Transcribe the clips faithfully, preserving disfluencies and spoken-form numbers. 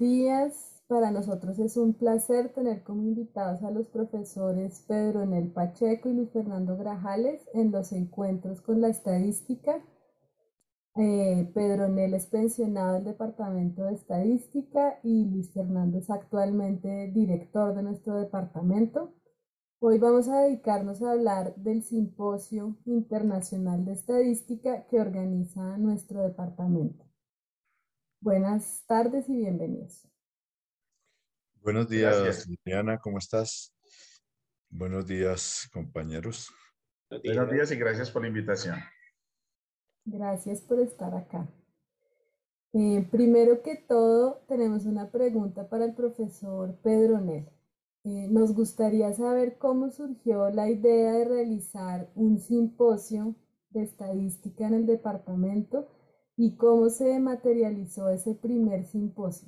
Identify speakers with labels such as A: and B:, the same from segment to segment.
A: días. Para nosotros es un placer tener como invitados a los profesores Pedro Enel Pacheco y Luis Fernando Grajales en los encuentros con la estadística. Eh, Pedro Enel es pensionado del Departamento de Estadística y Luis Fernando es actualmente director de nuestro departamento. Hoy vamos a dedicarnos a hablar del Simposio Internacional de Estadística que organiza nuestro departamento. Buenas tardes y bienvenidos.
B: Buenos días,
C: Gracias.
B: Liliana, ¿cómo estás? Buenos días, compañeros.
C: Buenos días y gracias por la invitación.
A: Gracias por estar acá. Eh, primero que todo, tenemos una pregunta para el profesor Pedro Nel. Eh, nos gustaría saber cómo surgió la idea de realizar un simposio de estadística en el departamento y cómo se materializó ese primer simposio.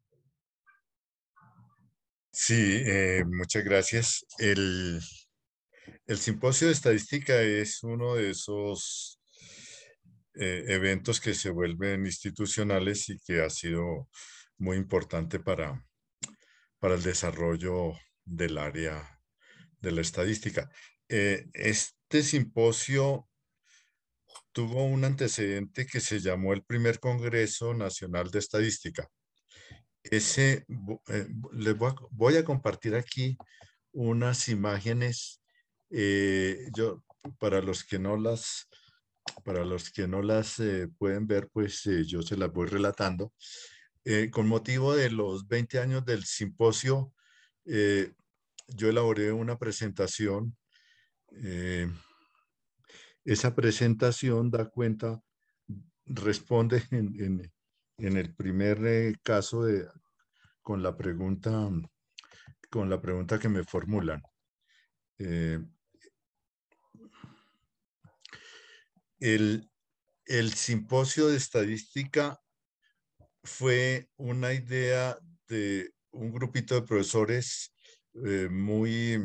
B: Sí, eh, muchas gracias. El, el Simposio de Estadística es uno de esos eh, eventos que se vuelven institucionales y que ha sido muy importante para, para el desarrollo del área de la estadística. Eh, este simposio tuvo un antecedente que se llamó el primer Congreso Nacional de Estadística. Ese, vo- eh, les voy a, voy a compartir aquí unas imágenes. eh, yo, para los que no las, para los que no las eh, pueden ver, pues eh, yo se las voy relatando. Eh, con motivo de los veinte años del simposio, eh, yo elaboré una presentación. eh, Esa presentación da cuenta, responde en, en- en el primer eh, caso de, con la pregunta, con la pregunta que me formulan. Eh, el, el simposio de estadística fue una idea de un grupito de profesores eh, muy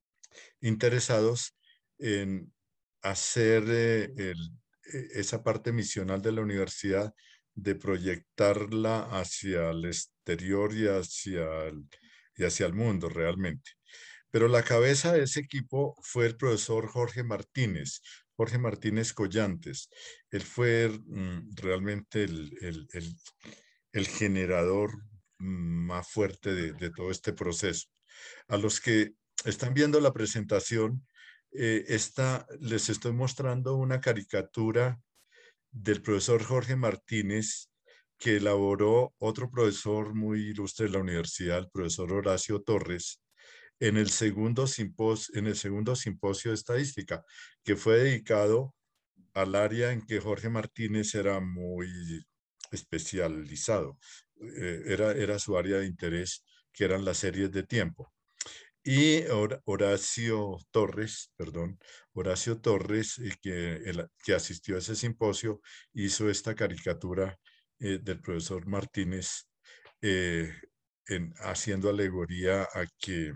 B: interesados en hacer eh, el- eh, esa parte misional de la universidad, de proyectarla hacia el exterior y hacia el, y hacia el mundo realmente. Pero la cabeza de ese equipo fue el profesor Jorge Martínez, Jorge Martínez Collantes. Él fue mm, realmente el, el- el- el generador mm, más fuerte de, de todo este proceso. A los que están viendo la presentación, eh, esta, les estoy mostrando una caricatura del profesor Jorge Martínez que elaboró otro profesor muy ilustre de la universidad, el profesor Horacio Torres, en el segundo simposio, en el segundo simposio de estadística, que fue dedicado al área en que Jorge Martínez era muy especializado. Eh, era, era su área de interés, que eran las series de tiempo. Y Hor- Horacio Torres, perdón, Horacio Torres, eh, que, el- que asistió a ese simposio, hizo esta caricatura eh, del profesor Martínez, eh, en- haciendo alegoría a que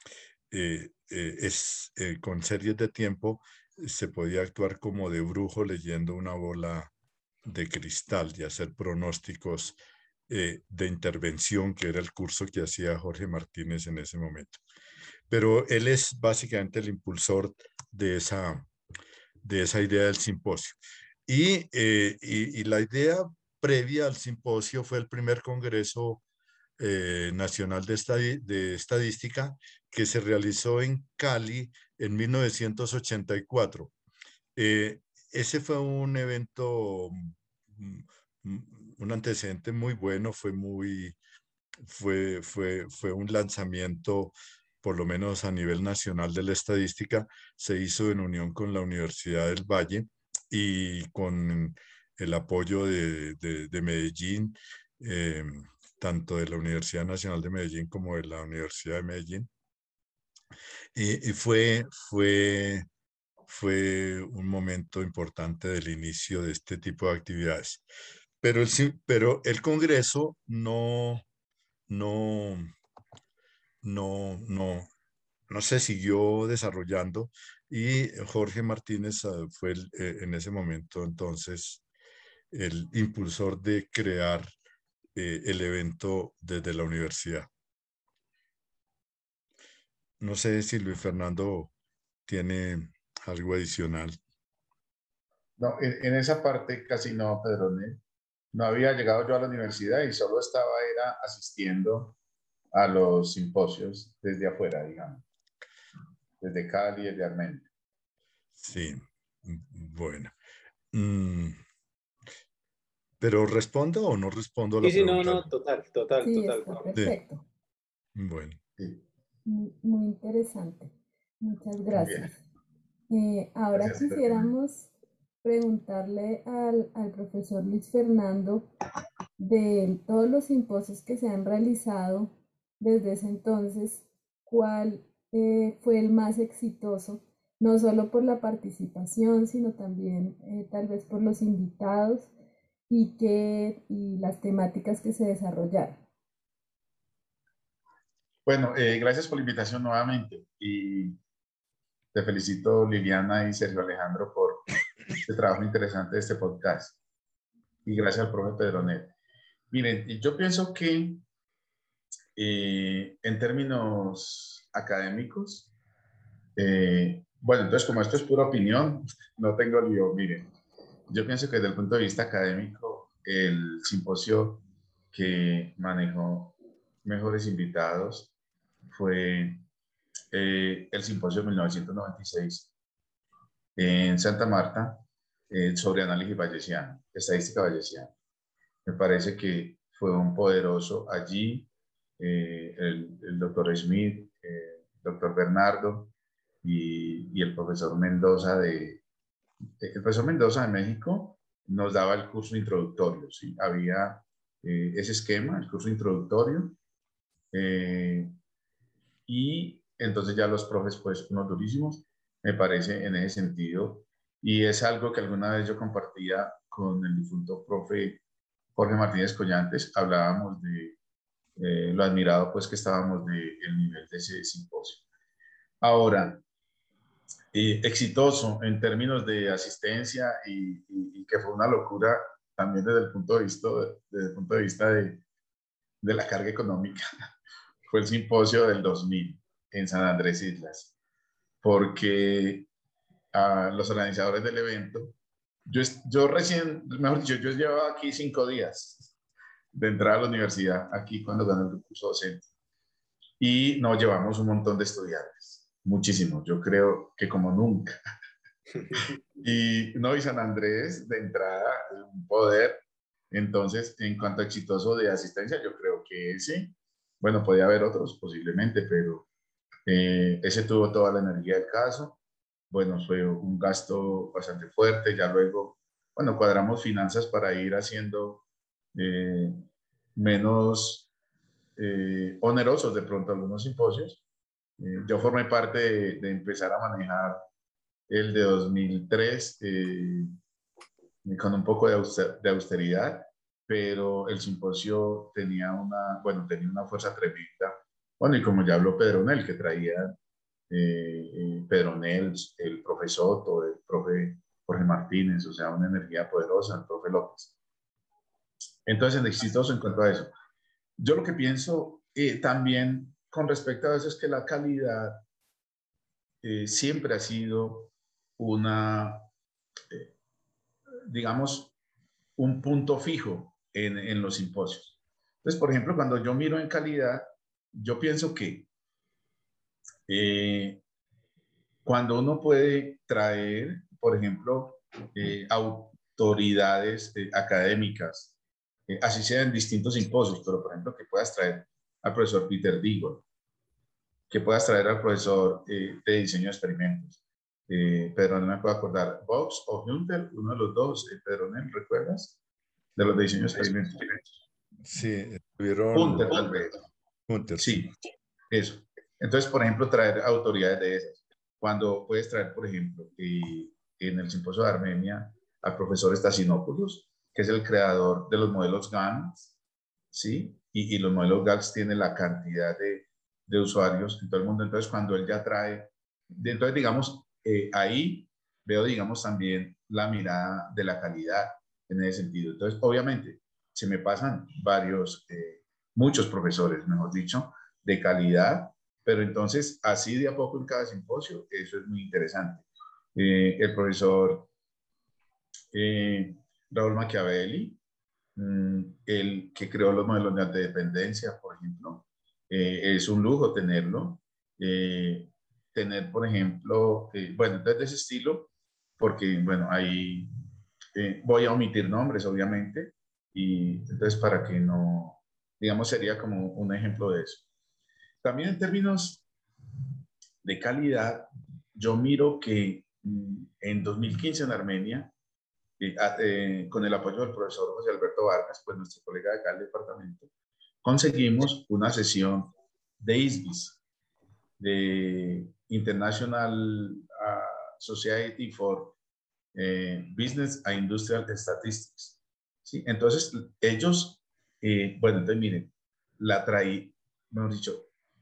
B: eh, eh, es, eh, con series de tiempo eh, se podía actuar como de brujo leyendo una bola de cristal y hacer pronósticos eh, de intervención, que era el curso que hacía Jorge Martínez en ese momento. Pero él es básicamente el impulsor de esa, de esa idea del simposio. Y, eh, y, y la idea previa al simposio fue el primer congreso eh, Nacional de, Estadi- de Estadística que se realizó en Cali en mil novecientos ochenta y cuatro. Eh, Ese fue un evento, mm, mm, un antecedente muy bueno, fue muy, fue, fue, fue un lanzamiento, por lo menos a nivel nacional de la estadística, se hizo en unión con la Universidad del Valle y con el apoyo de, de- de Medellín, eh, tanto de la Universidad Nacional de Medellín como de la Universidad de Medellín. Y, y fue, fue, fue un momento importante del inicio de este tipo de actividades. Pero el, sí- pero el Congreso no, no, no, no, no se siguió desarrollando y Jorge Martínez ah, fue el, eh, en ese momento entonces el impulsor de crear eh, el evento desde la universidad. No sé si Luis Fernando tiene algo adicional.
C: No, en, en esa parte casi no, Pedro. No había llegado yo a la universidad y solo estaba era asistiendo a los simposios desde afuera, digamos, desde Cali, desde Armenia.
B: Sí, bueno. Mm, ¿pero respondo o no respondo a la
D: Sí, sí, no,
B: pregunta?
D: no, total, total,
A: Sí,
D: total.
A: está
B: Sí.
A: perfecto.
B: Bueno.
C: Sí.
A: Muy, muy interesante. Muchas gracias. Eh, ahora
C: Gracias, Pedro.
A: quisiéramos preguntarle al, al profesor Luis Fernando de todos los simposios que se han realizado desde ese entonces, ¿cuál eh, fue el más exitoso? No solo por la participación, sino también eh, tal vez por los invitados y, que, y las temáticas que se desarrollaron.
C: Bueno, eh, gracias por la invitación nuevamente y te felicito, Liliana y Sergio Alejandro, por este trabajo interesante de este podcast. Y gracias al profe Pedronet. Miren, yo pienso que eh, en términos académicos, eh, bueno, entonces como esto es pura opinión, no tengo lío. Miren, yo pienso que desde el punto de vista académico, el simposio que manejó mejores invitados fue eh, el simposio de mil novecientos noventa y seis en Santa Marta eh, sobre análisis bayesiano, estadística bayesiana. Me parece que fue un poderoso allí, eh, el, el doctor Smith, eh, doctor Bernardo y, y el profesor Mendoza de, el profesor Mendoza de México nos daba el curso introductorio, ¿sí? Había eh, ese esquema, el curso introductorio, eh, y entonces ya los profes, pues, unos durísimos, me parece en ese sentido, y es algo que alguna vez yo compartía con el difunto profe Jorge Martínez Collantes, hablábamos de eh, lo admirado, pues, que estábamos del de nivel de ese simposio. Ahora, eh, exitoso en términos de asistencia y, y, y, que fue una locura también desde el punto de vista, desde el punto de, vista de, de la carga económica, fue el simposio del dos mil en San Andrés Islas, porque a los organizadores del evento, yo, yo recién, mejor dicho, yo llevaba aquí cinco días de entrada a la universidad, aquí cuando gané el curso docente, y nos llevamos un montón de estudiantes, muchísimos, yo creo que como nunca. Y no, y San Andrés de entrada, un poder. Entonces, en cuanto a exitoso de asistencia, yo creo que sí. Bueno, podía haber otros posiblemente, pero eh, ese tuvo toda la energía del caso. Bueno, fue un gasto bastante fuerte. Ya luego, bueno, cuadramos finanzas para ir haciendo eh, menos eh, onerosos de pronto algunos simposios. Eh, yo formé parte de, de empezar a manejar el de dos mil tres, eh, con un poco de, auster de austeridad, pero el simposio tenía una, bueno, tenía una fuerza tremenda. Bueno, y como ya habló Pedronel, que traía eh, eh, Pedronel, el profe Soto, el profe Jorge Martínez, o sea, una energía poderosa, el profe López. Entonces, exitoso en cuanto a eso. Yo lo que pienso eh, también con respecto a eso es que la calidad eh, siempre ha sido una, eh, digamos, un punto fijo en, en los simposios. Entonces, por ejemplo, cuando yo miro en calidad, yo pienso que eh, cuando uno puede traer, por ejemplo, eh, autoridades eh, académicas, eh, así sean distintos simposios, pero por ejemplo, que puedas traer al profesor Peter Deagle, que puedas traer al profesor eh, de diseño de experimentos. Eh, Pedro, no me puedo acordar, Box o Hunter, uno de los dos, eh, Pedro, ¿recuerdas? De los de diseño de experimentos.
B: Sí, estuvieron...
C: Hunter, tal vez.
B: Hunter,
C: sí, sí, eso. Entonces, por ejemplo, traer autoridades de esas. Cuando puedes traer, por ejemplo, eh, en el simposio de Armenia, al profesor Stasinopoulos, que es el creador de los modelos GANs, ¿sí? Y, y los modelos GANs tienen la cantidad de, de usuarios en todo el mundo. Entonces, cuando él ya trae, entonces, digamos, eh, ahí veo, digamos, también la mirada de la calidad en ese sentido. Entonces, obviamente, se me pasan varios, eh, muchos profesores, mejor dicho, de calidad, pero entonces así de a poco en cada simposio, eso es muy interesante. Eh, el profesor eh, Raúl Machiavelli, mmm, el que creó los modelos de alta dependencia, por ejemplo, eh, es un lujo tenerlo. Eh, tener, por ejemplo, eh, bueno, entonces de ese estilo, porque, bueno, ahí eh, voy a omitir nombres, obviamente, y entonces para que no, digamos, sería como un ejemplo de eso. También en términos de calidad, yo miro que mm, en dos mil quince en Armenia, eh, eh, con el apoyo del profesor José Alberto Vargas, pues nuestro colega de acá del departamento, conseguimos una sesión de I S B I S, de International uh, Society for eh, Business and Industrial Statistics. ¿Sí? Entonces, ellos, eh, bueno, entonces miren, la traí, mejor dicho,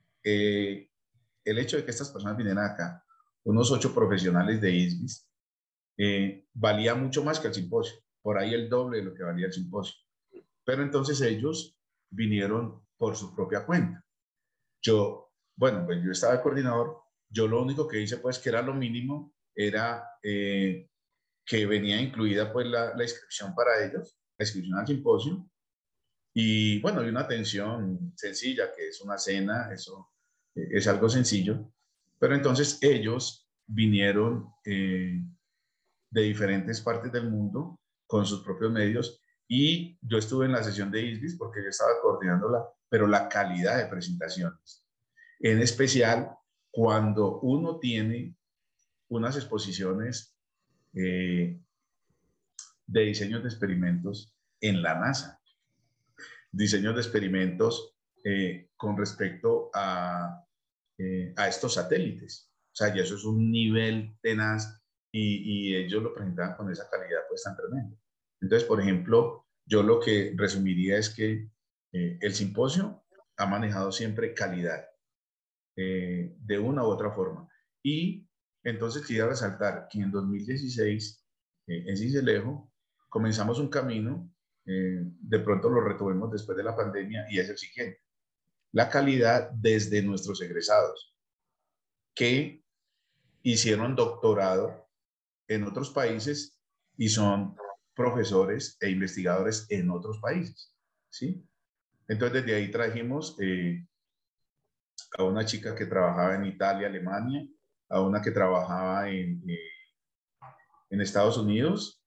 C: eh, el hecho de que estas personas vinieran acá, unos ocho profesionales de I S B I S, eh, valía mucho más que el simposio, por ahí el doble de lo que valía el simposio. Pero entonces ellos vinieron por su propia cuenta. Yo, bueno, pues yo estaba de coordinador, yo lo único que hice pues que era lo mínimo, era eh, que venía incluida pues la, la inscripción para ellos, la inscripción al simposio, y bueno, y una atención sencilla, que es una cena, eso eh, es algo sencillo, pero entonces ellos vinieron eh, de diferentes partes del mundo con sus propios medios y yo estuve en la sesión de I S B I S porque yo estaba coordinándola, pero la calidad de presentaciones, en especial cuando uno tiene unas exposiciones eh, de diseños de experimentos en la NASA, diseños de experimentos eh, con respecto a, eh, a estos satélites. O sea, ya eso es un nivel tenaz y, y ellos lo presentaban con esa calidad pues tan tremenda. Entonces, por ejemplo, yo lo que resumiría es que eh, el simposio ha manejado siempre calidad eh, de una u otra forma. Y entonces quería resaltar que en dos mil dieciséis, eh, en Sincelejo, comenzamos un camino, eh, de pronto lo retomemos después de la pandemia, y es el siguiente: la calidad desde nuestros egresados, que hicieron doctorado en otros países y son profesores e investigadores en otros países, ¿sí? Entonces, desde ahí trajimos eh, a una chica que trabajaba en Italia, Alemania, a una que trabajaba en, eh, en Estados Unidos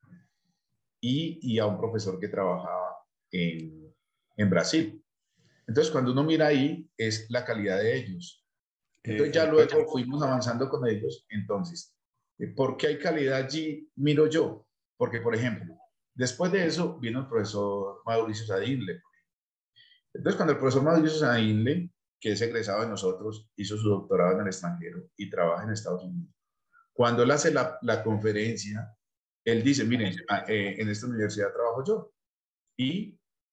C: y, y, a un profesor que trabajaba en, en Brasil. Entonces, cuando uno mira ahí, es la calidad de ellos. Entonces, ya
B: Eh,
C: luego fuimos avanzando con ellos. Entonces, ¿por qué hay calidad allí? Miro yo. Porque, por ejemplo, después de eso vino el profesor Mauricio Sadinle. Entonces, cuando el profesor Mauricio Sadinle, que es egresado de nosotros, hizo su doctorado en el extranjero y trabaja en Estados Unidos, cuando él hace la, la conferencia, él dice, miren, eh, en esta universidad trabajo yo. Y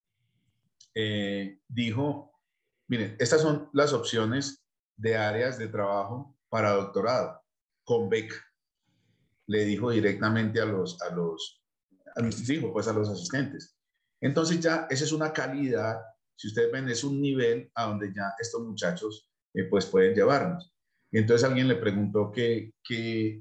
C: eh, dijo, miren, estas son las opciones de áreas de trabajo para doctorado, con beca. Le dijo directamente a los, a los, a, dijo pues a los asistentes. Entonces ya esa es una calidad, si ustedes ven, es un nivel a donde ya estos muchachos eh, pues pueden llevarnos. Y entonces alguien le preguntó que, que,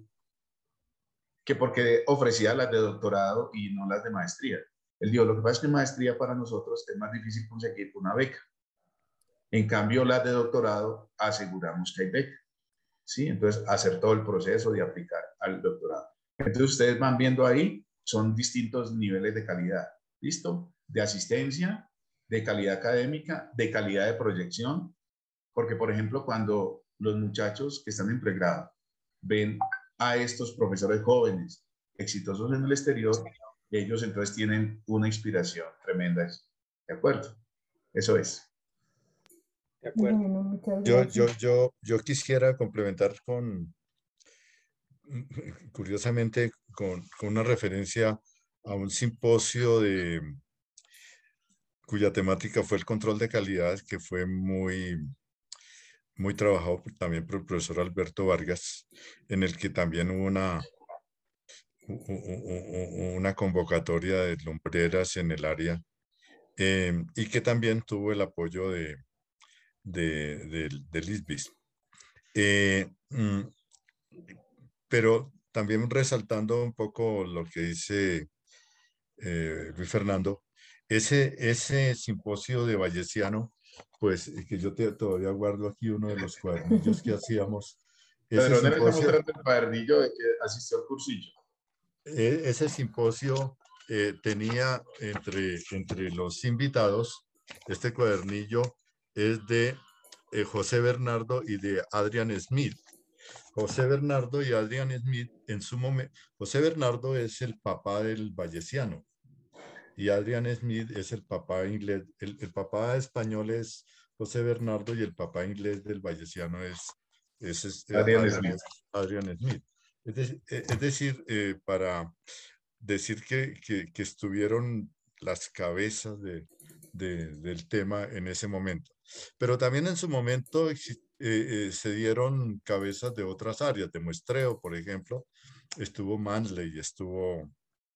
C: que por qué ofrecía las de doctorado y no las de maestría. Él dijo, lo que pasa es que en maestría para nosotros es más difícil conseguir una beca. En cambio, las de doctorado aseguramos que hay beca. ¿Sí? Entonces, hacer todo el proceso de aplicar al doctorado. Entonces, ustedes van viendo ahí, son distintos niveles de calidad. ¿Listo? De asistencia, de calidad académica, de calidad de proyección. Porque, por ejemplo, cuando los muchachos que están en pregrado ven a estos profesores jóvenes exitosos en el exterior, ellos entonces tienen una inspiración tremenda. ¿De acuerdo? Eso es.
D: De acuerdo.
A: Bueno, muchas
B: yo, yo,
A: gracias.
B: yo, yo quisiera complementar con, curiosamente, con, con una referencia a un simposio de, cuya temática fue el control de calidad, que fue muy, muy trabajado por- también por el profesor Alberto Vargas, en el que también hubo una, u- u- u- u- una convocatoria de lumbreras en el área eh, y que también tuvo el apoyo de, de, de, del I S B I S. Eh, mm, pero también resaltando un poco lo que dice eh, Luis Fernando, ese, ese simposio de Vallesiano, pues eh, que yo te, todavía guardo aquí uno de los cuadernillos que hacíamos, ese
C: Pedro Nel está
B: simposio,
C: mostrando el cuadernillo de que asistió al cursillo.
B: eh, ese simposio eh, tenía entre, entre los invitados, este cuadernillo es de eh, José Bernardo y de Adrian Smith. José Bernardo y Adrian Smith en su momento, José Bernardo es el papá del Vallesiano y Adrian Smith es el papá inglés, el, el papá español es José Bernardo y el papá inglés del Vallesiano es, es, es eh,
C: Adrián
B: Adrian,
C: Smith.
B: Adrian Smith. Es, de, eh, es decir, eh, para decir que, que, que, estuvieron las cabezas de, de, del tema en ese momento. Pero también en su momento eh, eh, se dieron cabezas de otras áreas, de muestreo, por ejemplo, estuvo Manley, estuvo,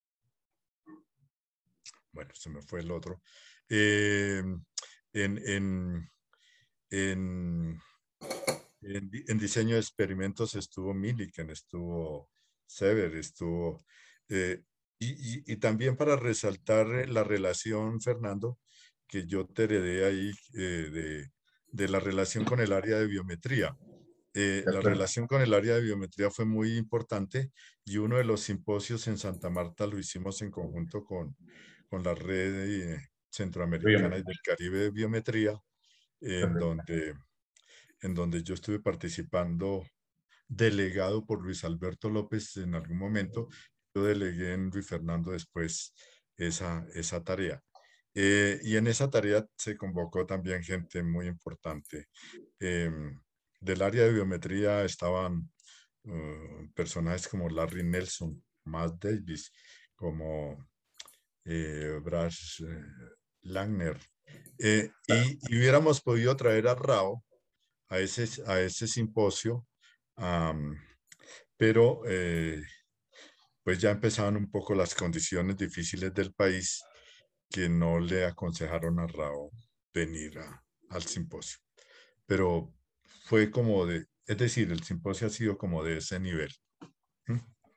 B: bueno, se me fue el otro, eh, en, en, en, en, en, diseño de experimentos estuvo Millikan, estuvo Sever, estuvo... Eh, y, y, y, también para resaltar la relación, Fernando, que yo te heredé ahí eh, de, de la relación con el área de biometría. Eh, la relación con el área de biometría fue muy importante y uno de los simposios en Santa Marta lo hicimos en conjunto con, con la red eh, centroamericana y del Caribe de biometría, en donde, en donde yo estuve participando delegado por Luis Alberto López en algún momento. Yo delegué en Luis Fernando después esa, esa tarea. Eh, y en esa tarea se convocó también gente muy importante. Eh, del área de biometría estaban uh, personajes como Larry Nelson, Matt Davis, como eh, Brash eh, Langner. Eh, y, y, hubiéramos podido traer a Rao a ese, a ese simposio, um, pero eh, pues ya empezaban un poco las condiciones difíciles del país que no le aconsejaron a Rao venir a, al simposio. Pero fue como de, es decir, el simposio ha sido como de ese nivel. ¿Mm?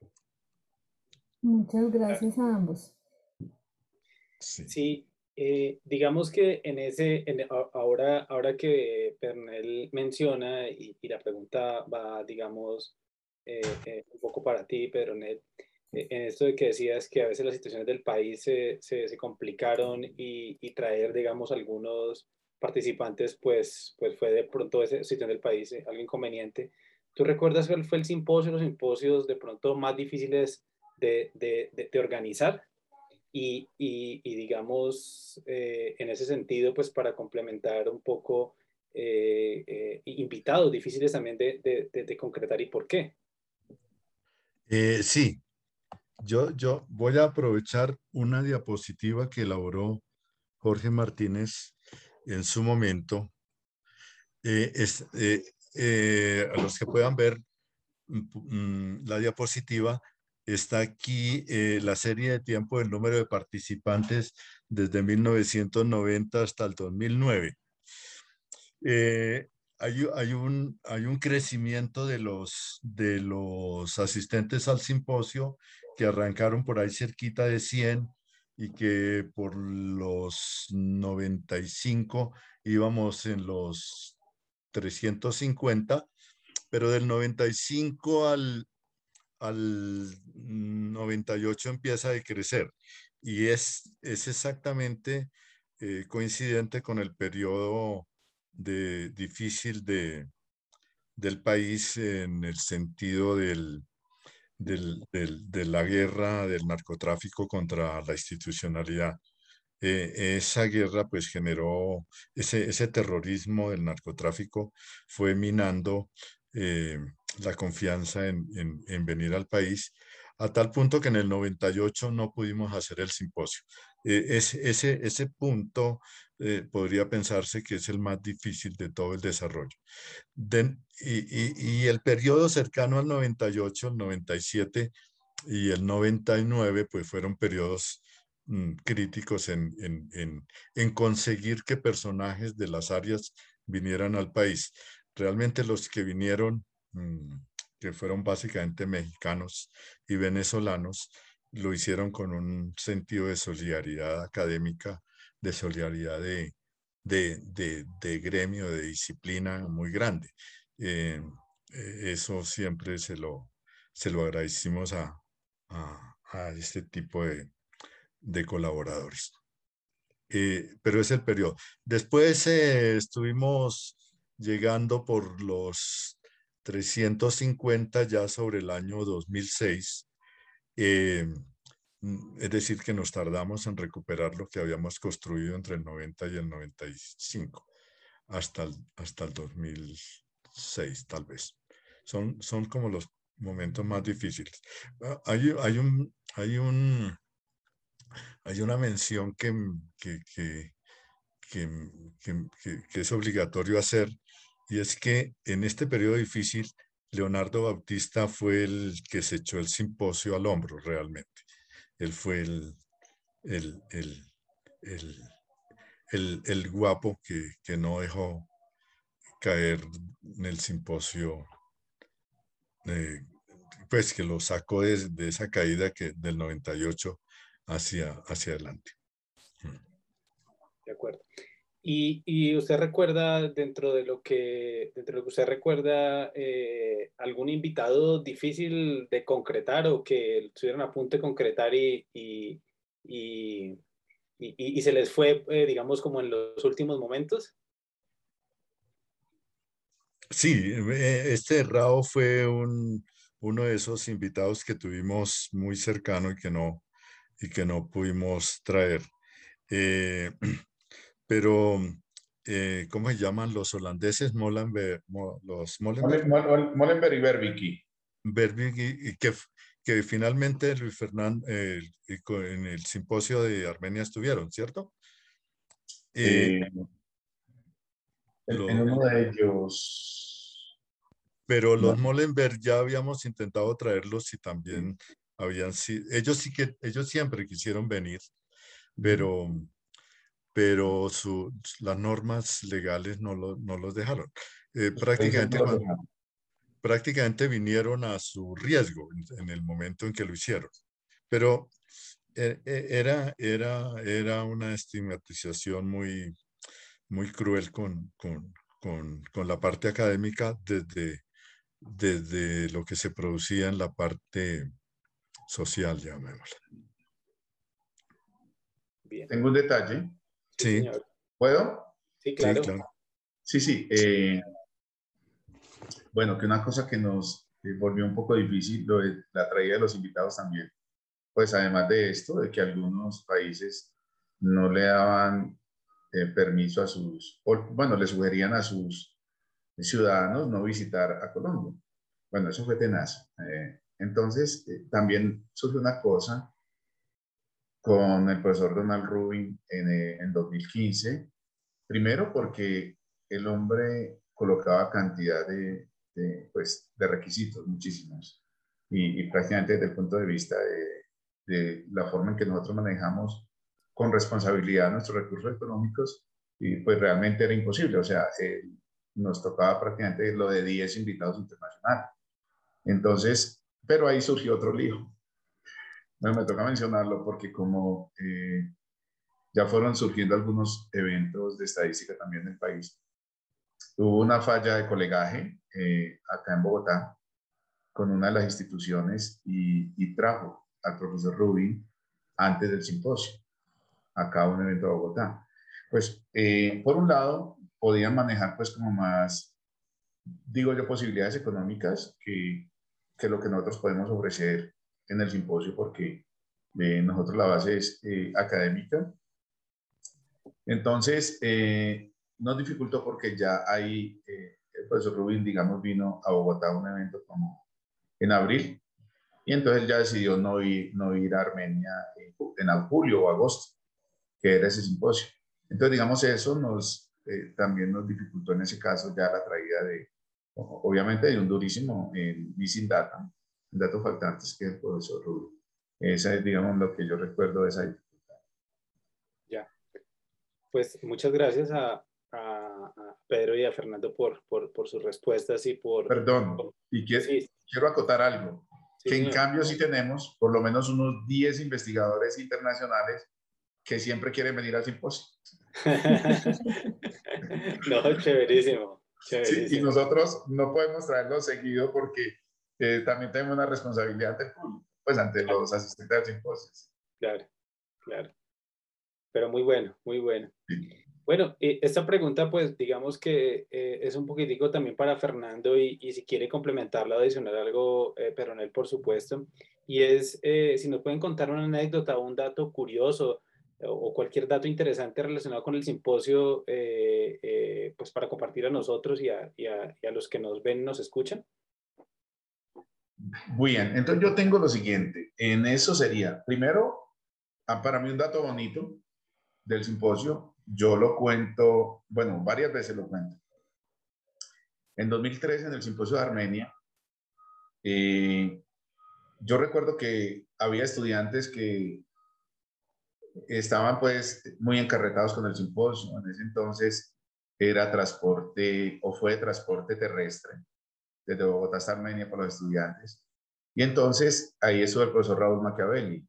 A: Muchas gracias a ambos.
D: Sí, sí eh, digamos que en ese, en, ahora, ahora que Pernell menciona y, y la pregunta va, digamos, eh, eh, un poco para ti, Pedronet, eh, en esto de que decías que a veces las situaciones del país se, se, se complicaron y, y traer, digamos, algunos participantes, pues, pues fue de pronto esa situación del país eh, algo inconveniente. ¿Tú recuerdas cuál fue el simposio, los simposios de pronto más difíciles de, de, de, de organizar? Y, y, y digamos, eh, en ese sentido, pues para complementar un poco, eh, eh, invitados difíciles también de, de, de, de concretar y por qué.
B: Eh, sí, yo, yo voy a aprovechar una diapositiva que elaboró Jorge Martínez en su momento. Eh, es, eh, eh, a los que puedan ver mm, la diapositiva, está aquí eh, la serie de tiempo del número de participantes desde mil novecientos noventa hasta el dos mil nueve. Eh, hay, hay, un, hay un crecimiento de los, de los asistentes al simposio que arrancaron por ahí cerquita de cien y que por los noventa y cinco íbamos en los trescientos cincuenta, pero del noventa y cinco al, al noventa y ocho empieza a decrecer y es, es exactamente eh, coincidente con el periodo de, difícil de, del país en el sentido del, del, del, de la guerra del narcotráfico contra la institucionalidad. Eh, esa guerra pues generó, ese, ese terrorismo del narcotráfico fue minando eh, la confianza en, en, en, venir al país, a tal punto que en el noventa y ocho no pudimos hacer el simposio. Eh, es, ese, ese punto eh, podría pensarse que es el más difícil de todo el desarrollo. De, y, y, y el periodo cercano al noventa y ocho, el noventa y siete y el noventa y nueve, pues fueron periodos mm, críticos en, en, en, en conseguir que personajes de las áreas vinieran al país. Realmente los que vinieron, mmm, que fueron básicamente mexicanos y venezolanos, lo hicieron con un sentido de solidaridad académica, de solidaridad de, de, de, de gremio, de disciplina muy grande. Eh, eso siempre se lo, se lo agradecimos a, a, a este tipo de, de colaboradores. Eh, pero es el periodo. Después eh, estuvimos llegando por los trescientos cincuenta ya sobre el año dos mil seis. Eh, es decir, que nos tardamos en recuperar lo que habíamos construido entre el noventa y el noventa y cinco, hasta el, hasta el dos mil seis tal vez. Son, son como los momentos más difíciles. Hay, hay, un, hay, un, hay una mención que, que, que, que, que, que es obligatorio hacer, y es que en este periodo difícil, Leonardo Bautista fue el que se echó el simposio al hombro realmente. Él fue el, el, el, el, el, el guapo que, que no dejó caer en el simposio, eh, pues que lo sacó de, de esa caída que, del noventa y ocho hacia, hacia adelante.
D: De acuerdo. Y, y usted recuerda, dentro de lo que, dentro de lo que usted recuerda, eh, algún invitado difícil de concretar o que estuvieron a punto de concretar y, y, y, y, y se les fue, eh, digamos, como en los últimos momentos?
B: Sí, este Rao fue un, uno de esos invitados que tuvimos muy cercano y que no, y que no pudimos traer. Eh, pero, eh, ¿cómo se llaman los holandeses? Molenberg, mo, los Molenberg.
C: Molenberg y Berbiki.
B: Berbiki, y que, que finalmente Luis Fernando eh, en el simposio de Armenia estuvieron, ¿cierto? Eh,
C: Eh, en,
B: lo,
C: en uno de ellos.
B: pero
C: No.
B: los Molenberg ya habíamos intentado traerlos y también habían sido, ellos sí que, ellos siempre quisieron venir, pero, pero su, las normas legales no, lo, no los dejaron. Eh,
C: Los países
B: prácticamente,
C: no los
B: cuando,
C: dejaron.
B: prácticamente vinieron a su riesgo en, en el momento en que lo hicieron. Pero eh, eh, era, era, era una estigmatización muy, muy cruel con, con, con, con la parte académica desde, desde lo que se producía en la parte social, llamémosla.
D: Bien.
C: Tengo un detalle.
D: Sí,
B: Sí,
D: señor.
C: ¿Puedo?
D: Sí,
B: sí,
D: claro.
B: claro.
C: Sí, sí. Eh, bueno, que una cosa que nos eh, volvió un poco difícil, lo de la traída de los invitados también. Pues además de esto, de que algunos países no le daban eh, permiso a sus, o, bueno, le sugerían a sus ciudadanos no visitar a Colombia. Bueno, eso fue tenaz. Eh, entonces, eh, también surgió una cosa con el profesor Donald Rubin en, eh, en dos mil quince. Primero porque el hombre colocaba cantidad de, de, pues, de requisitos, muchísimos. Y, y prácticamente desde el punto de vista de, de la forma en que nosotros manejamos con responsabilidad nuestros recursos económicos, y pues realmente era imposible. O sea, eh, nos tocaba prácticamente lo de diez invitados internacionales. Entonces, pero ahí surgió otro lío. Bueno, me toca mencionarlo porque como eh, ya fueron surgiendo algunos eventos de estadística también en el país, hubo una falla de colegaje eh, acá en Bogotá con una de las instituciones y, y trajo al profesor Rubin antes del simposio, acá a un evento de Bogotá. Pues, eh, por un lado, podían manejar pues como más, digo yo, posibilidades económicas que, que lo que nosotros podemos ofrecer en el simposio, porque eh, nosotros la base es eh, académica. Entonces, eh, nos dificultó porque ya ahí eh, el profesor Rubin, digamos, vino a Bogotá a un evento como en abril, y entonces ya decidió no ir, no ir a Armenia en, en julio o agosto, que era ese simposio. Entonces, digamos, eso nos, eh, también nos dificultó en ese caso ya la traída de, obviamente, de un durísimo eh, missing data, datos faltantes, que es el profesor Rubin. Esa es, digamos, lo que yo recuerdo de esa dificultad.
D: pues muchas gracias a, a, a Pedro y a Fernando por, por, por sus respuestas y por...
C: Perdón,
D: por,
C: y quiero,
D: sí,
C: quiero acotar algo,
D: sí,
C: que en
D: señor.
C: cambio sí tenemos por lo menos unos diez investigadores internacionales que siempre quieren venir al simposio.
D: No, chéverísimo, chéverísimo.
C: Sí, y nosotros no podemos traerlos seguido porque eh, también tenemos una responsabilidad ante el público, pues ante
D: Claro.
C: los asistentes al simposio.
D: Claro, claro. Pero muy bueno, muy bueno.
C: Sí.
D: Bueno, eh, esta pregunta pues digamos que eh, es un poquitico también para Fernando y, y si quiere complementarla o adicionar algo, eh, Peyronel, por supuesto. Y es eh, si nos pueden contar una anécdota o un dato curioso o, o cualquier dato interesante relacionado con el simposio, eh, eh, pues para compartir a nosotros y a, y, a, y a los que nos ven y nos escuchan.
C: Bien, entonces yo tengo lo siguiente. En eso sería, primero, para mí un dato bonito del simposio, yo lo cuento, bueno, varias veces lo cuento. En dos mil trece, en el simposio de Armenia, eh, yo recuerdo que había estudiantes que estaban pues muy encarretados con el simposio. En ese entonces era transporte o fue transporte terrestre desde Bogotá hasta Armenia para los estudiantes. Y entonces ahí estuvo el profesor Raúl Machiavelli.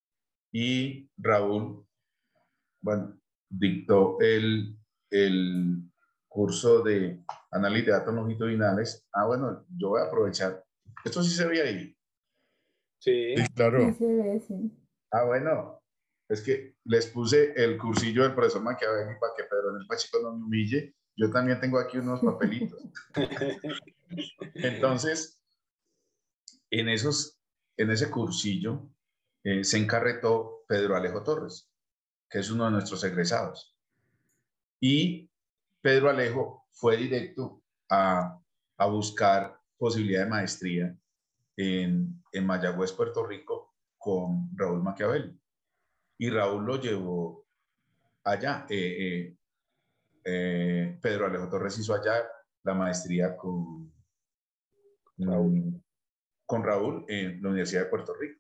C: Y Raúl, bueno, dictó el, el curso de análisis de datos longitudinales. Ah, bueno, yo voy a aprovechar. Esto sí se ve ahí.
D: Sí.
B: Sí, claro.
A: Sí, se ve, sí.
C: Ah, bueno, es que les puse el cursillo del profesor Machiavelli para que Peyronel Pacheco no me humille. Yo también tengo aquí unos papelitos. Entonces, en, esos, en ese cursillo eh, se encarretó Pedro Alejo Torres, que es uno de nuestros egresados. Y Pedro Alejo fue directo a, a buscar posibilidad de maestría en, en Mayagüez, Puerto Rico, con Raúl Machiavelli. Y Raúl lo llevó allá. Eh, eh, eh, Pedro Alejo Torres hizo allá la maestría con
D: Raúl.
C: mm, con Raúl en la Universidad de Puerto Rico.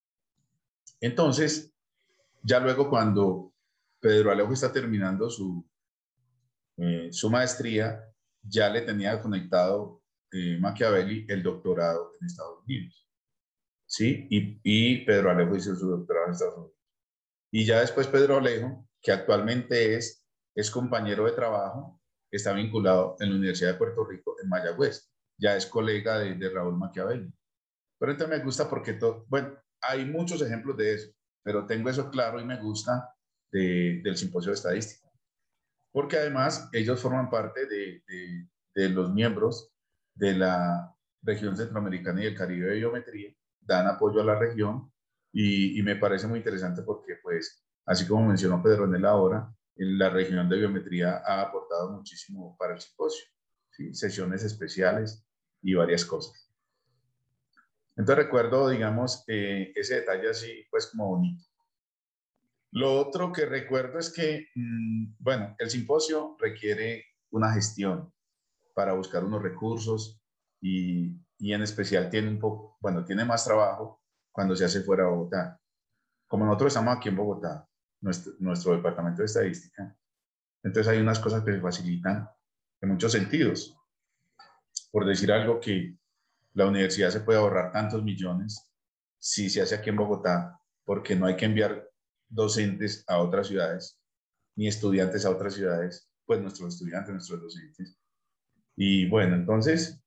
C: Entonces, ya luego cuando Pedro Alejo está terminando su, eh, su maestría, ya le tenía conectado eh, Machiavelli el doctorado en Estados Unidos. ¿Sí? Y, y Pedro Alejo hizo su doctorado en Estados Unidos. Y ya después Pedro Alejo, que actualmente es, es compañero de trabajo, está vinculado en la Universidad de Puerto Rico en Mayagüez. Ya es colega de, de Raúl Machiavelli. Pero entonces me gusta porque, todo, bueno, hay muchos ejemplos de eso, pero tengo eso claro y me gusta de, del simposio de estadística. Porque además ellos forman parte de, de, de los miembros de la región centroamericana y el Caribe de biometría, dan apoyo a la región y, y me parece muy interesante porque, pues, así como mencionó Peyronel ahora, en la región de biometría ha aportado muchísimo para el simposio, ¿sí? Sesiones especiales y varias cosas. Entonces recuerdo, digamos, eh, ese detalle así, pues como bonito. Lo otro que recuerdo es que, mmm, bueno, el simposio requiere una gestión para buscar unos recursos y, y en especial tiene un poco, bueno, tiene más trabajo cuando se hace fuera de Bogotá. Como nosotros estamos aquí en Bogotá, nuestro, nuestro departamento de estadística, entonces hay unas cosas que se facilitan en muchos sentidos. Por decir algo, que la universidad se puede ahorrar tantos millones si se hace aquí en Bogotá, porque no hay que enviar docentes a otras ciudades, ni estudiantes a otras ciudades, pues nuestros estudiantes, nuestros docentes. Y bueno, entonces,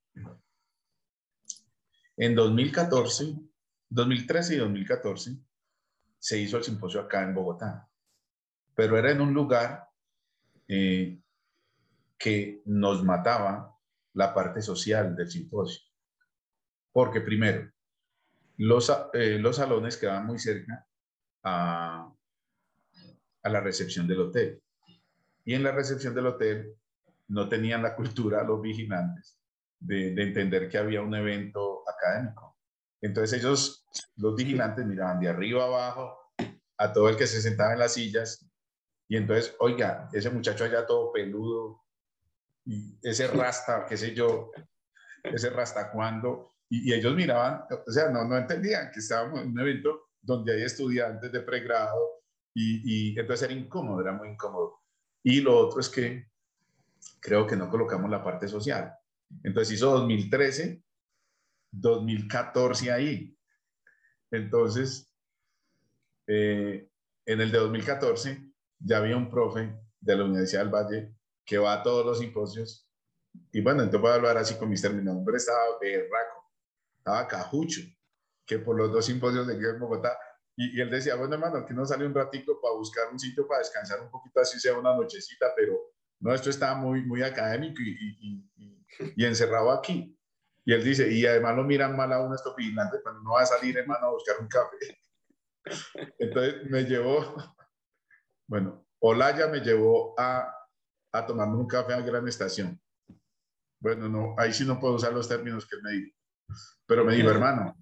C: en dos mil catorce, dos mil trece y dos mil catorce, se hizo el simposio acá en Bogotá, pero era en un lugar eh, que nos mataba la parte social del simposio. Porque primero, los, eh, los salones quedaban muy cerca a, a la recepción del hotel. Y en la recepción del hotel no tenían la cultura los vigilantes de, de entender que había un evento académico. Entonces ellos, los vigilantes, miraban de arriba abajo a todo el que se sentaba en las sillas y entonces, oiga, ese muchacho allá todo peludo, y ese rasta, qué sé yo, ese rasta cuando, y, y ellos miraban, o sea, no, no entendían que estábamos en un evento donde hay estudiantes de pregrado y, y entonces era incómodo, era muy incómodo. Y lo otro es que creo que no colocamos la parte social. Entonces hizo dos mil trece, dos mil catorce ahí. Entonces, eh, en el de dos mil catorce ya había un profe de la Universidad del Valle que va a todos los simposios. Y bueno, entonces voy a hablar así con mis términos. El hombre estaba berraco, estaba cajucho, que por los dos simposios de aquí en Bogotá. Y, y él decía, bueno, hermano, que no sale un ratico para buscar un sitio para descansar un poquito, así sea una nochecita, pero no, esto está muy, muy académico y, y, y, y encerrado aquí. Y él dice, y además lo miran mal a uno estos vigilantes cuando no va a salir, hermano, a buscar un café. Entonces me llevó, bueno, Olaya me llevó a, a tomarme un café a Gran Estación. Bueno, no, ahí sí no puedo usar los términos que él me dijo, pero me dijo, hermano,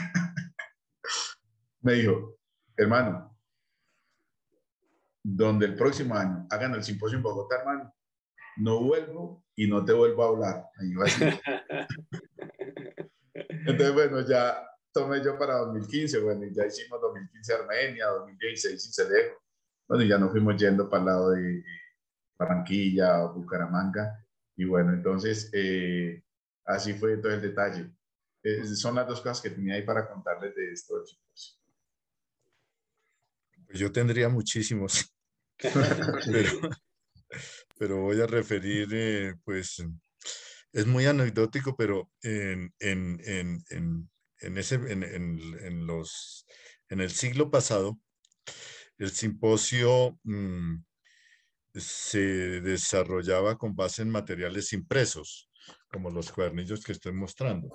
C: me dijo, hermano, donde el próximo año hagan el simposio en Bogotá, hermano, no vuelvo y no te vuelvo a hablar. Me dijo así. Entonces, bueno, ya tomé yo para dos mil quince, bueno, y ya hicimos dos mil quince Armenia, dos mil dieciséis Cincelejo. Bueno, y ya nos fuimos yendo para el lado de Barranquilla, Bucaramanga, y bueno, entonces, eh, así fue todo el detalle. Eh, son las dos cosas que tenía ahí para contarles de esto del simposio.
B: Pues yo tendría muchísimos, pero, pero voy a referir, eh, pues, es muy anecdótico, pero en, en, en, en, en ese, en, en, en, los, en el siglo pasado, el simposio mmm, se desarrollaba con base en materiales impresos, como los cuadernillos que estoy mostrando.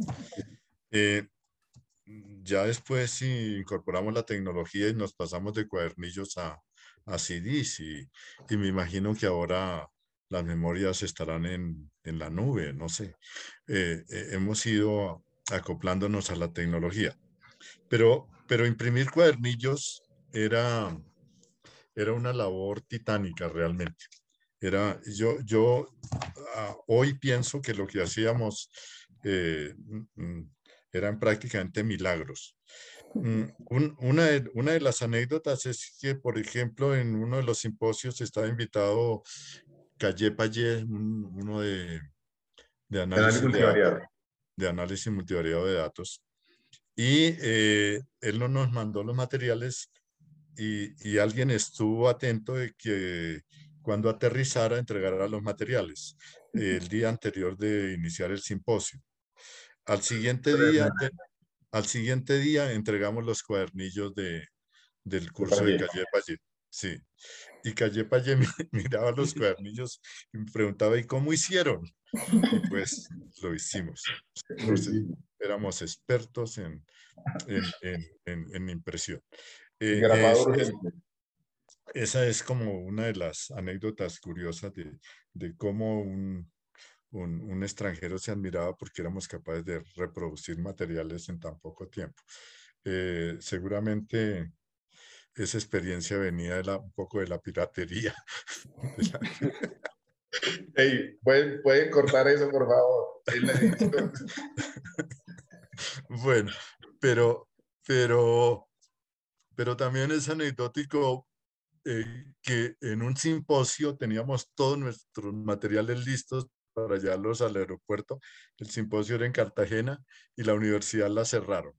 B: Eh, ya después sí, incorporamos la tecnología y nos pasamos de cuadernillos a, a C Ds y, y me imagino que ahora las memorias estarán en, en la nube, no sé. Eh, eh, hemos ido acoplándonos a la tecnología. Pero, pero imprimir cuadernillos era, era una labor titánica realmente. Era, yo, yo uh, hoy pienso que lo que hacíamos eh, mm, eran prácticamente milagros. Mm, un, una, de, una de las anécdotas es que, por ejemplo, en uno de los simposios estaba invitado Calle Payé, un, uno de, de análisis de datos, de análisis multivariado de datos, y eh, él no nos mandó los materiales y, y alguien estuvo atento de que cuando aterrizara entregara los materiales el día anterior de iniciar el simposio. Al siguiente día, te, al siguiente día entregamos los cuadernillos de, del curso de Calle Payé. Sí. Y Calle Payé miraba los cuadernillos y me preguntaba, ¿y cómo hicieron? Y pues lo hicimos. Entonces, éramos expertos en, en, en, en, en impresión. Eh, es, es, esa es como una de las anécdotas curiosas de, de cómo un, un, un extranjero se admiraba porque éramos capaces de reproducir materiales en tan poco tiempo. Eh, seguramente esa experiencia venía de la, un poco de la piratería. De la...
C: Hey, ¿pueden, ¿pueden cortar eso, por favor? En la edición.
B: Bueno, pero, pero, pero también es anecdótico eh, que en un simposio teníamos todos nuestros materiales listos para llevarlos al aeropuerto. El simposio era en Cartagena y la universidad la cerraron.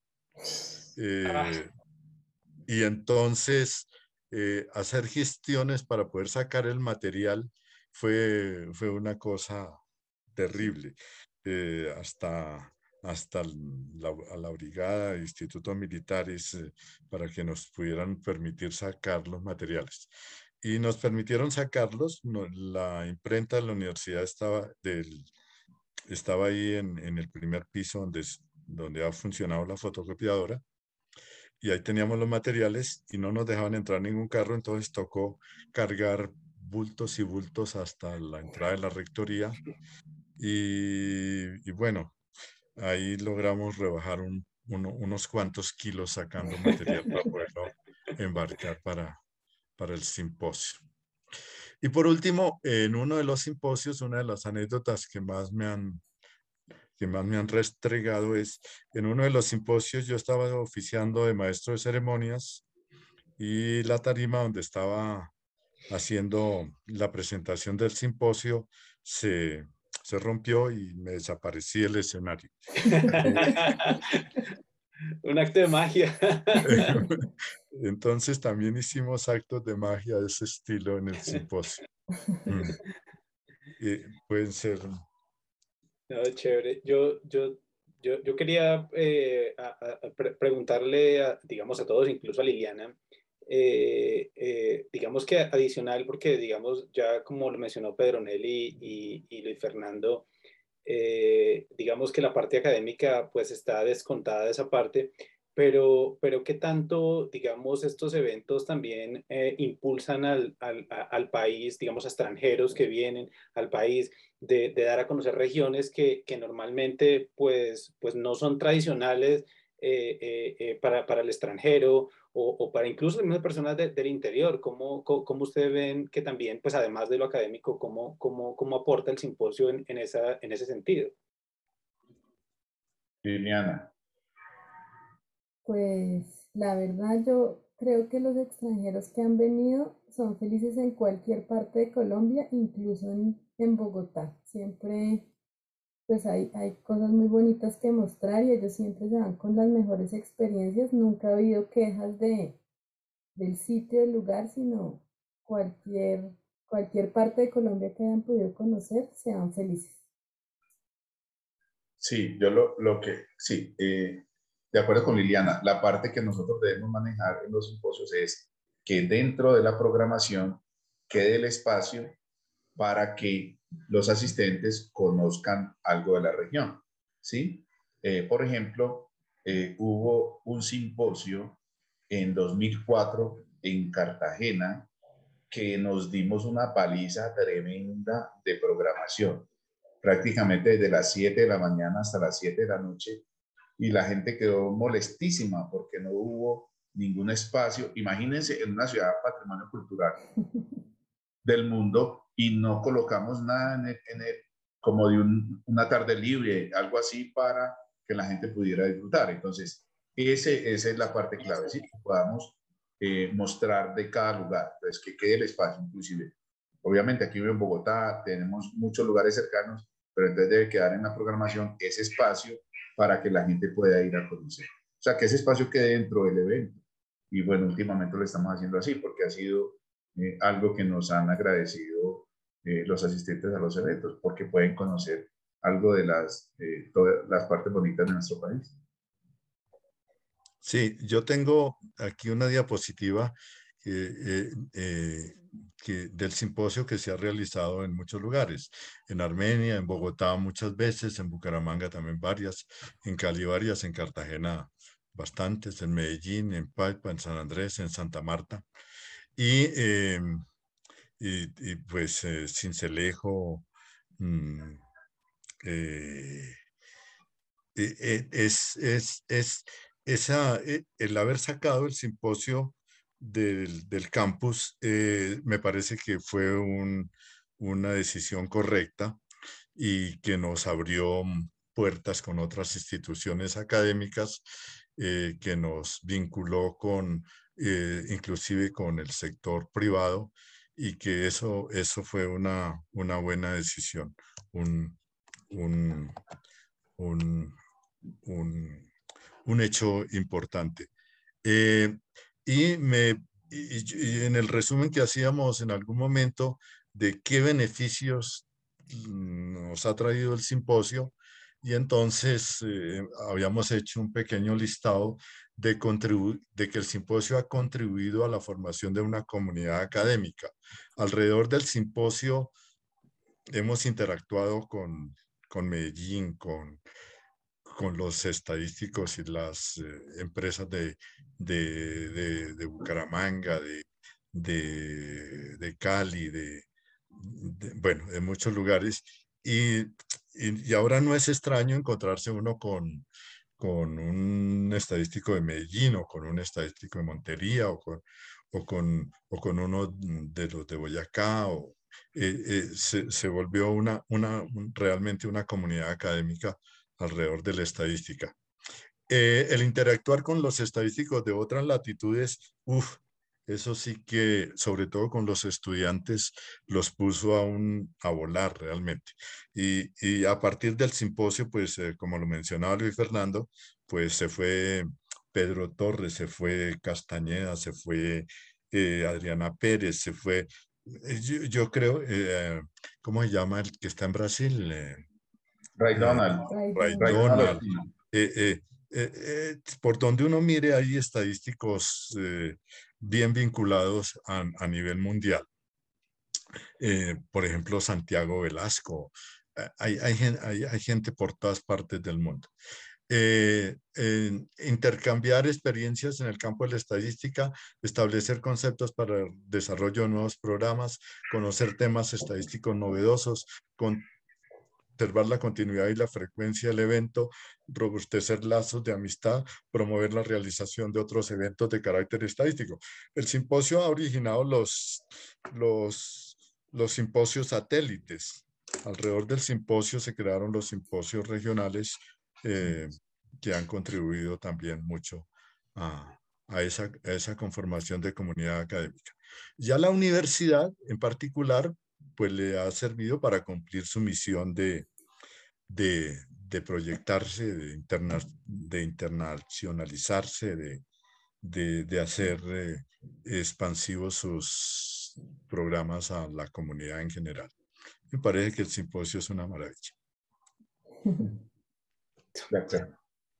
B: Eh, y entonces eh, hacer gestiones para poder sacar el material fue, fue una cosa terrible. Eh, hasta hasta la, a la brigada de institutos militares eh, para que nos pudieran permitir sacar los materiales. Y nos permitieron sacarlos. No, la imprenta de la universidad estaba, del, estaba ahí en, en el primer piso donde, donde ha funcionado la fotocopiadora. Y ahí teníamos los materiales y no nos dejaban entrar ningún carro, entonces tocó cargar bultos y bultos hasta la entrada de la rectoría. Y, y bueno, ahí logramos rebajar un, uno, unos cuantos kilos sacando material para poderlo embarcar para, para el simposio. Y por último, en uno de los simposios, una de las anécdotas que más me han, que más me han restregado es, en uno de los simposios yo estaba oficiando de maestro de ceremonias y la tarima donde estaba haciendo la presentación del simposio, se, se rompió y me desaparecí del escenario.
D: Un acto de magia.
B: Entonces también hicimos actos de magia de ese estilo en el simposio. Mm. Y pueden ser...
D: No, chévere. Yo, yo, yo, yo quería eh, a, a pre preguntarle, a, digamos, a todos, incluso a Liliana, eh, eh, digamos que adicional, porque, digamos, ya como lo mencionó Pedro Nelly y, y Luis Fernando, eh, digamos que la parte académica pues está descontada de esa parte, pero, pero ¿qué tanto, digamos, estos eventos también eh, impulsan al, al, al, país, digamos, a extranjeros que vienen al país, de, de dar a conocer regiones que, que normalmente pues, pues no son tradicionales eh, eh, eh, para, para el extranjero o, o para incluso las mismas personas de, del interior? ¿Cómo, cómo, cómo ustedes ven que también, pues además de lo académico, cómo, cómo, cómo aporta el simposio en, en, esa, en ese sentido?
C: Liliana.
A: Pues la verdad yo creo que los extranjeros que han venido son felices en cualquier parte de Colombia, incluso en, en Bogotá. Siempre pues hay, hay cosas muy bonitas que mostrar y ellos siempre se van con las mejores experiencias. Nunca he oído quejas de, del sitio, del lugar, sino cualquier, cualquier parte de Colombia que hayan podido conocer, se van felices.
C: Sí, yo lo, lo que, sí, eh, de acuerdo con Liliana, la parte que nosotros debemos manejar en los simposios es que dentro de la programación quede el espacio para que los asistentes conozcan algo de la región, ¿sí? Eh, por ejemplo, eh, hubo un simposio en dos mil cuatro en Cartagena que nos dimos una paliza tremenda de programación, prácticamente desde las siete de la mañana hasta las siete de la noche, y la gente quedó molestísima porque no hubo ningún espacio. Imagínense en una ciudad patrimonio cultural del mundo y no colocamos nada en el, en el, como de un, una tarde libre, algo así para que la gente pudiera disfrutar. Entonces, ese, esa es la parte clave, ¿sí? Que podamos eh, mostrar de cada lugar, pues que quede el espacio inclusive. Obviamente aquí en Bogotá tenemos muchos lugares cercanos, pero entonces debe quedar en la programación ese espacio para que la gente pueda ir a conocer. O sea, que ese espacio quede dentro del evento. Y bueno, últimamente lo estamos haciendo así porque ha sido eh, algo que nos han agradecido eh, los asistentes a los eventos, porque pueden conocer algo de las, eh, todas las partes bonitas de nuestro país.
B: Sí, yo tengo aquí una diapositiva eh, eh, que, del simposio que se ha realizado en muchos lugares, en Armenia, en Bogotá muchas veces, en Bucaramanga también varias, en Cali varias, en Cartagena bastantes, en Medellín, en Paipa, en San Andrés, en Santa Marta. Y, eh, y, y, pues eh, Sincelejo, mmm, eh, eh, es, es, es esa, eh, el haber sacado el simposio del, del campus, eh, me parece que fue un, una decisión correcta y que nos abrió puertas con otras instituciones académicas, eh, que nos vinculó con, eh, inclusive con el sector privado, y que eso, eso fue una, una buena decisión, un, un, un, un, un hecho importante. Eh, y, me, y, y en el resumen que hacíamos en algún momento de qué beneficios nos ha traído el simposio, y entonces eh, habíamos hecho un pequeño listado de, de que el simposio ha contribuido a la formación de una comunidad académica. Alrededor del simposio hemos interactuado con, con Medellín, con con los estadísticos y las eh, empresas de, de, de, de Bucaramanga, de, de, de Cali, de, de, bueno, de muchos lugares. Y, y, y, ahora no es extraño encontrarse uno con, con un estadístico de Medellín o con un estadístico de Montería o con, o con, o con uno de los de Boyacá. O, eh, eh, se, se, volvió una, una, realmente una comunidad académica alrededor de la estadística. Eh, el interactuar con los estadísticos de otras latitudes, uff, eso sí que, sobre todo con los estudiantes, los puso a, un, a volar realmente. Y, y a partir del simposio, pues, eh, como lo mencionaba Luis Fernando, pues se fue Pedro Torres, se fue Castañeda, se fue eh, Adriana Pérez, se fue, eh, yo, yo creo, eh, ¿cómo se llama el que está en Brasil? Eh,
C: Ray
B: eh,
C: Donald.
A: Ray
B: Ray
C: Ray
A: Donald.
C: Donald
B: Donald.
C: Ospina.
B: Eh, eh, eh, eh, por donde uno mire, hay estadísticos eh, bien vinculados a, a nivel mundial. Eh, por ejemplo, Santiago Velasco. Eh, Hay, hay, gen- hay- hay gente por todas partes del mundo. Eh, en intercambiar experiencias en el campo de la estadística, establecer conceptos para el desarrollo de nuevos programas, conocer temas estadísticos novedosos, conservar la continuidad y la frecuencia del evento, robustecer lazos de amistad, promover la realización de otros eventos de carácter estadístico. El simposio ha originado los, los, los simposios satélites. Alrededor del simposio se crearon los simposios regionales eh, que han contribuido también mucho a, a, esa, a esa conformación de comunidad académica. Ya la universidad en particular pues le ha servido para cumplir su misión de, de, de proyectarse, de, interna, de internacionalizarse, de, de, de hacer eh, expansivos sus programas a la comunidad en general. Me parece que el simposio es una maravilla.
C: De acuerdo.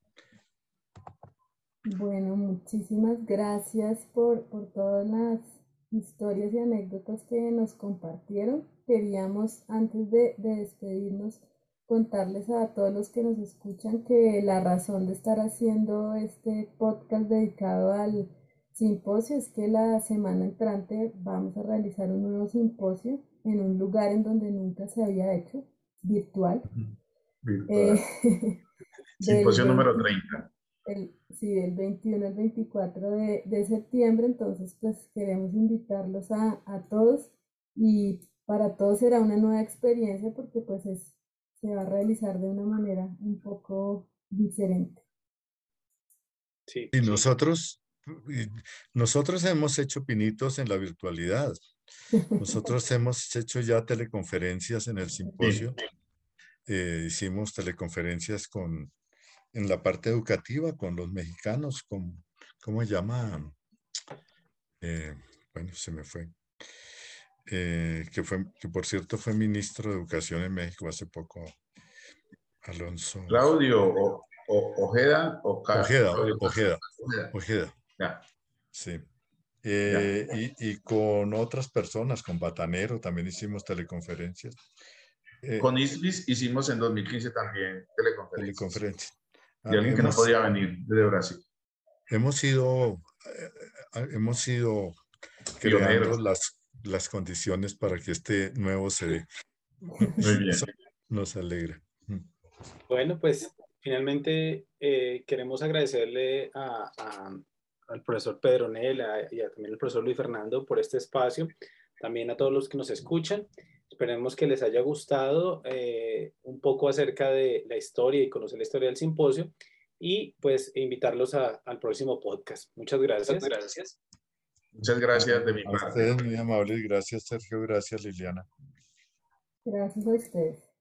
A: Bueno, muchísimas gracias por, por todas las historias y anécdotas que nos compartieron. Queríamos, antes de, de despedirnos, contarles a todos los que nos escuchan que la razón de estar haciendo este podcast dedicado al simposio es que la semana entrante vamos a realizar un nuevo simposio en un lugar en donde nunca se había hecho, virtual.
C: Virtual.
A: Eh, del
C: Simposio número
A: veinte
C: treinta.
A: el, sí, del veintiuno al veinticuatro de, de septiembre, entonces pues queremos invitarlos a, a todos y para todos será una nueva experiencia porque pues es, se va a realizar de una manera un poco diferente.
D: Sí,
B: Y
D: sí.
B: nosotros, y nosotros hemos hecho pinitos en la virtualidad. Nosotros hemos hecho ya teleconferencias en el simposio. Eh, hicimos teleconferencias con, en la parte educativa con los mexicanos, con, ¿cómo se llama? Eh, bueno, se me fue. Eh, que fue, que por cierto fue ministro de Educación en México hace poco, Alonso.
C: Claudio o, o, Ojeda o Ca-
B: Ojeda,
C: Claudio
B: Ojeda,
C: Ojeda.
B: Ojeda.
C: Ya,
B: Sí.
C: ya.
B: Eh, y, y con otras personas, con Batanero también hicimos teleconferencias. Eh,
C: Con ISBIS hicimos en dos mil quince también teleconferencias.
B: teleconferencias.
C: Y
B: Ah,
C: alguien que
B: hemos,
C: no podía venir desde Brasil.
B: hemos ido, eh, hemos ido creando
C: Pioneros.
B: las, las condiciones para que este nuevo se dé.
C: Muy bien.
B: Eso nos alegra.
D: Bueno, pues finalmente eh, queremos agradecerle a, a, al profesor Pedro Nela y a, también al profesor Luis Fernando por este espacio, también a todos los que nos escuchan. Esperemos que les haya gustado eh, un poco acerca de la historia y conocer la historia del simposio y pues invitarlos a, al próximo podcast. Muchas gracias. Muchas gracias.
C: Muchas gracias de mi
B: A
C: parte.
B: ustedes muy amables, gracias Sergio, gracias Liliana.
A: Gracias a ustedes.